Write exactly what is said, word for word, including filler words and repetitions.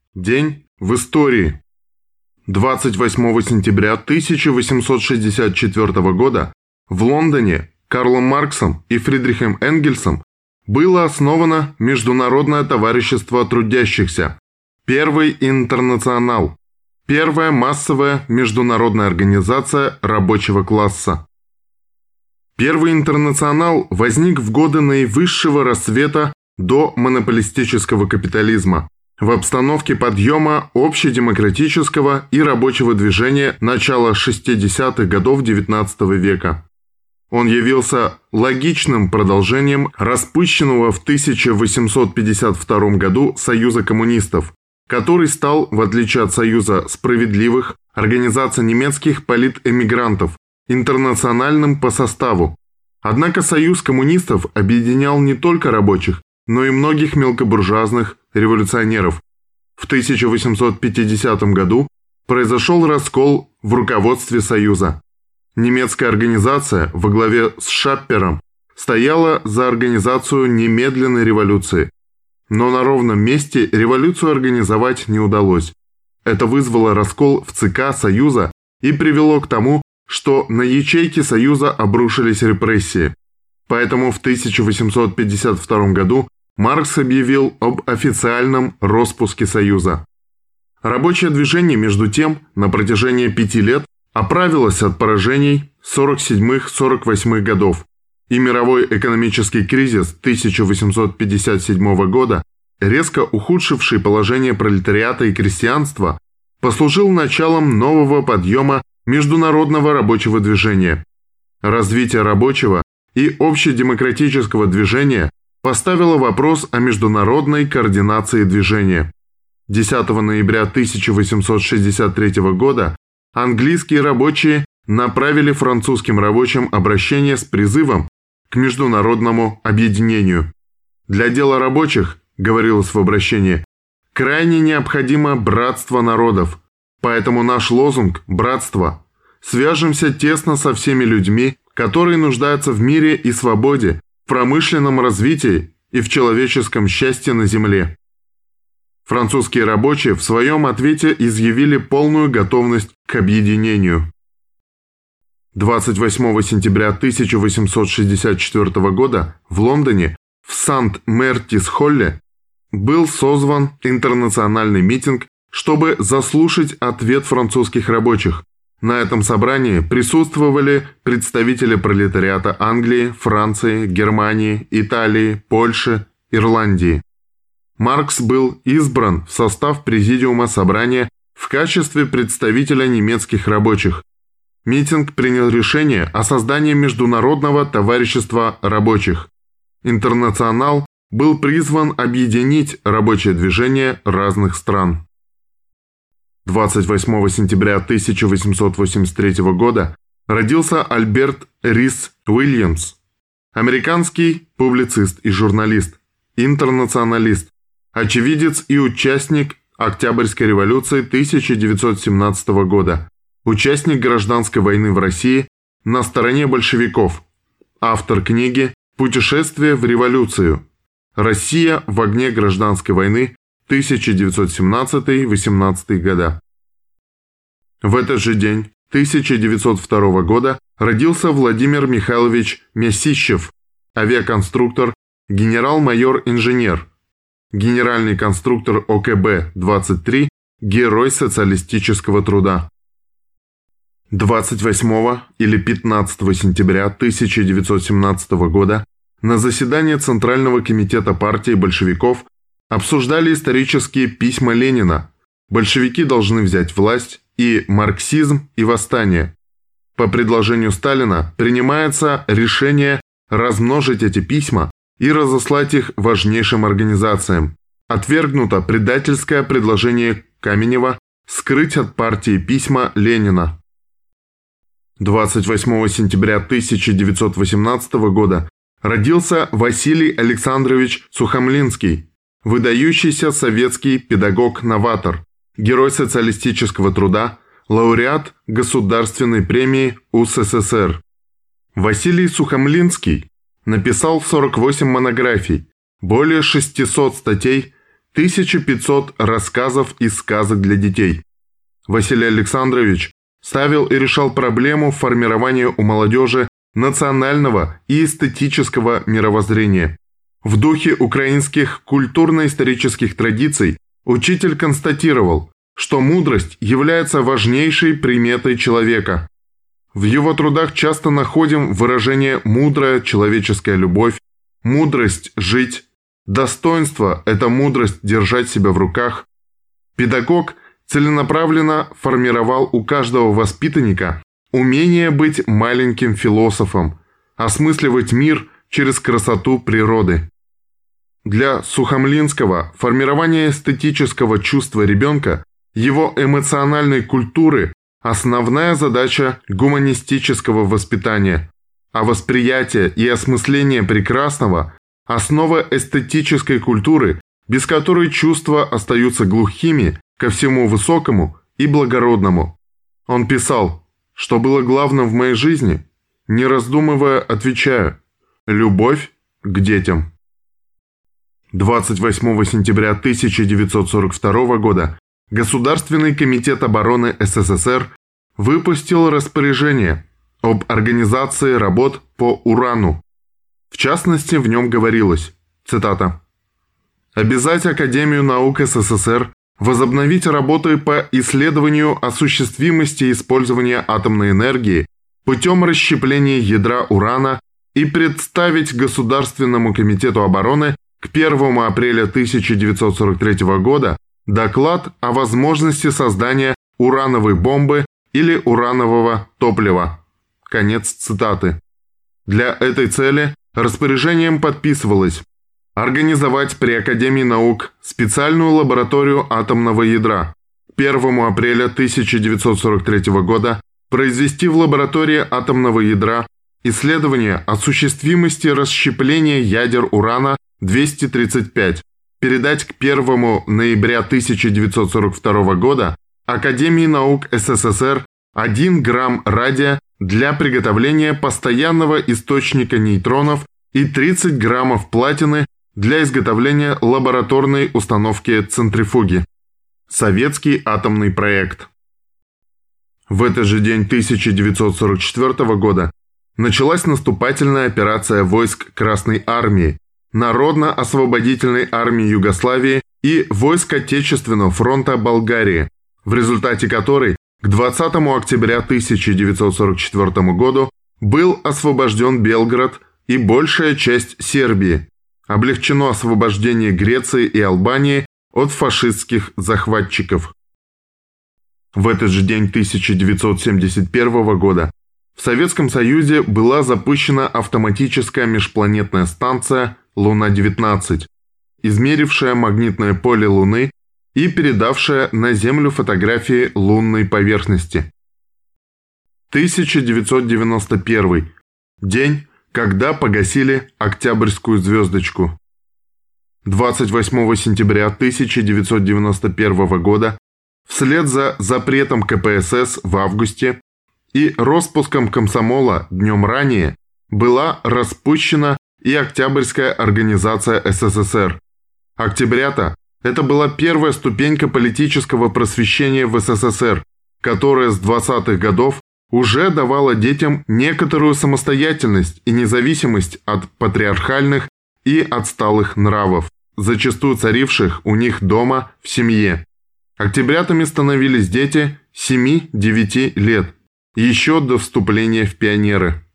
День в истории. двадцать восьмого сентября тысяча восемьсот шестьдесят четвёртого года в Лондоне Карлом Марксом и Фридрихом Энгельсом было основано Международное товарищество трудящихся, Первый интернационал, первая массовая международная организация рабочего класса. Первый интернационал возник в годы наивысшего расцвета до монополистического капитализма, в обстановке подъема общедемократического и рабочего движения начала шестидесятых годов девятнадцатого века. Он явился логичным продолжением распущенного в тысяча восемьсот пятьдесят втором году Союза коммунистов, который стал, в отличие от Союза справедливых, организации немецких политэмигрантов, интернациональным по составу. Однако Союз коммунистов объединял не только рабочих, но и многих мелкобуржуазных революционеров. В тысяча восемьсот пятидесятом году произошел раскол в руководстве Союза. Немецкая организация во главе с Шаппером стояла за организацию немедленной революции. Но на ровном месте революцию организовать не удалось. Это вызвало раскол в ЦК Союза и привело к тому, что на ячейки Союза обрушились репрессии. Поэтому в тысяча восемьсот пятьдесят втором году Маркс объявил об официальном распуске Союза. Рабочее движение, между тем, на протяжении пяти лет оправилось от поражений сорок седьмых — сорок восьмых годов, и мировой экономический кризис тысяча восемьсот пятьдесят седьмого года, резко ухудшивший положение пролетариата и крестьянства, послужил началом нового подъема международного рабочего движения. Развитие рабочего и общедемократического движения поставило вопрос о международной координации движения. десятого ноября тысяча восемьсот шестьдесят третьего года английские рабочие направили французским рабочим обращение с призывом к международному объединению. «Для дела рабочих, — говорилось в обращении, — крайне необходимо братство народов, поэтому наш лозунг — братство. Свяжемся тесно со всеми людьми, которые нуждаются в мире и свободе, в промышленном развитии и в человеческом счастье на земле». Французские рабочие в своем ответе изъявили полную готовность к объединению. двадцать восьмого сентября тысяча восемьсот шестьдесят четвёртого года в Лондоне в Сант-Мертис-Холле был созван интернациональный митинг, чтобы заслушать ответ французских рабочих. На этом собрании присутствовали представители пролетариата Англии, Франции, Германии, Италии, Польши, Ирландии. Маркс был избран в состав президиума собрания в качестве представителя немецких рабочих. Митинг принял решение о создании Международного товарищества рабочих. Интернационал был призван объединить рабочее движение разных стран. двадцать восьмого сентября тысяча восемьсот восемьдесят третьего года родился Альберт Рис Уильямс, американский публицист и журналист, интернационалист, очевидец и участник Октябрьской революции тысяча девятьсот семнадцатого года, участник гражданской войны в России на стороне большевиков, автор книги «Путешествие в революцию. Россия в огне гражданской войны тысяча девятьсот семнадцатый — восемнадцатый года». В этот же день, тысяча девятьсот второго года, родился Владимир Михайлович Мясищев, авиаконструктор, генерал-майор-инженер, генеральный конструктор О К Б двадцать три, герой социалистического труда. двадцать восьмого или пятнадцатого сентября тысяча девятьсот семнадцатого года на заседании Центрального комитета партии большевиков обсуждали исторические письма Ленина «Большевики должны взять власть» и «Марксизм и восстание». По предложению Сталина принимается решение размножить эти письма и разослать их важнейшим организациям. Отвергнуто предательское предложение Каменева скрыть от партии письма Ленина. двадцать восьмого сентября тысяча девятьсот восемнадцатого года родился Василий Александрович Сухомлинский, выдающийся советский педагог-новатор, герой социалистического труда, лауреат Государственной премии У С С С Р. Василий Сухомлинский написал сорок восемь монографий, более шестисот статей, тысяча пятьсот рассказов и сказок для детей. Василий Александрович ставил и решал проблему формирования у молодежи национального и эстетического мировоззрения. В духе украинских культурно-исторических традиций учитель констатировал, что мудрость является важнейшей приметой человека. В его трудах часто находим выражение «мудрая человеческая любовь», «мудрость жить», «достоинство» – это мудрость держать себя в руках. Педагог целенаправленно формировал у каждого воспитанника умение быть маленьким философом, осмысливать мир через красоту природы. Для Сухомлинского формирование эстетического чувства ребенка, его эмоциональной культуры – основная задача гуманистического воспитания, а восприятие и осмысление прекрасного – основа эстетической культуры, без которой чувства остаются глухими ко всему высокому и благородному. Он писал, что было главным в моей жизни, не раздумывая, отвечаю – любовь к детям. двадцать восьмого сентября тысяча девятьсот сорок второго года Государственный комитет обороны СССР выпустил распоряжение об организации работ по урану. В частности, в нем говорилось, цитата, «Обязать Академию наук СССР возобновить работы по исследованию осуществимости использования атомной энергии путем расщепления ядра урана и представить Государственному комитету обороны к первому апреля тысяча девятьсот сорок третьего года доклад о возможности создания урановой бомбы или уранового топлива». Конец цитаты. Для этой цели распоряжением подписывалось организовать при Академии наук специальную лабораторию атомного ядра. К первому апреля тысяча девятьсот сорок третьего года произвести в лаборатории атомного ядра исследование осуществимости расщепления ядер урана двести тридцать пять, передать к первому ноября тысяча девятьсот сорок второго года Академии наук СССР один грамм радия для приготовления постоянного источника нейтронов и тридцать граммов платины для изготовления лабораторной установки центрифуги. Советский атомный проект. В этот же день тысяча девятьсот сорок четвёртого года началась наступательная операция войск Красной Армии, Народно-освободительной армии Югославии и войск Отечественного фронта Болгарии, в результате которой к двадцатому октября тысяча девятьсот сорок четвёртому году был освобожден Белград и большая часть Сербии, облегчено освобождение Греции и Албании от фашистских захватчиков. В этот же день тысяча девятьсот семьдесят первого года в Советском Союзе была запущена автоматическая межпланетная станция Луна девятнадцать, измерившая магнитное поле Луны и передавшая на Землю фотографии лунной поверхности. тысяча девятьсот девяносто первый. День, когда погасили Октябрьскую звездочку. двадцать восьмого сентября тысяча девятьсот девяносто первого года вслед за запретом ка пэ эс эс в августе и распуском комсомола днем ранее была распущена и Октябрьская организация эс эс эс эр. Октябрята – это была первая ступенька политического просвещения в эс эс эс эр, которая с двадцатых годов уже давала детям некоторую самостоятельность и независимость от патриархальных и отсталых нравов, зачастую царивших у них дома в семье. Октябрятами становились дети семи-девяти лет, еще до вступления в пионеры.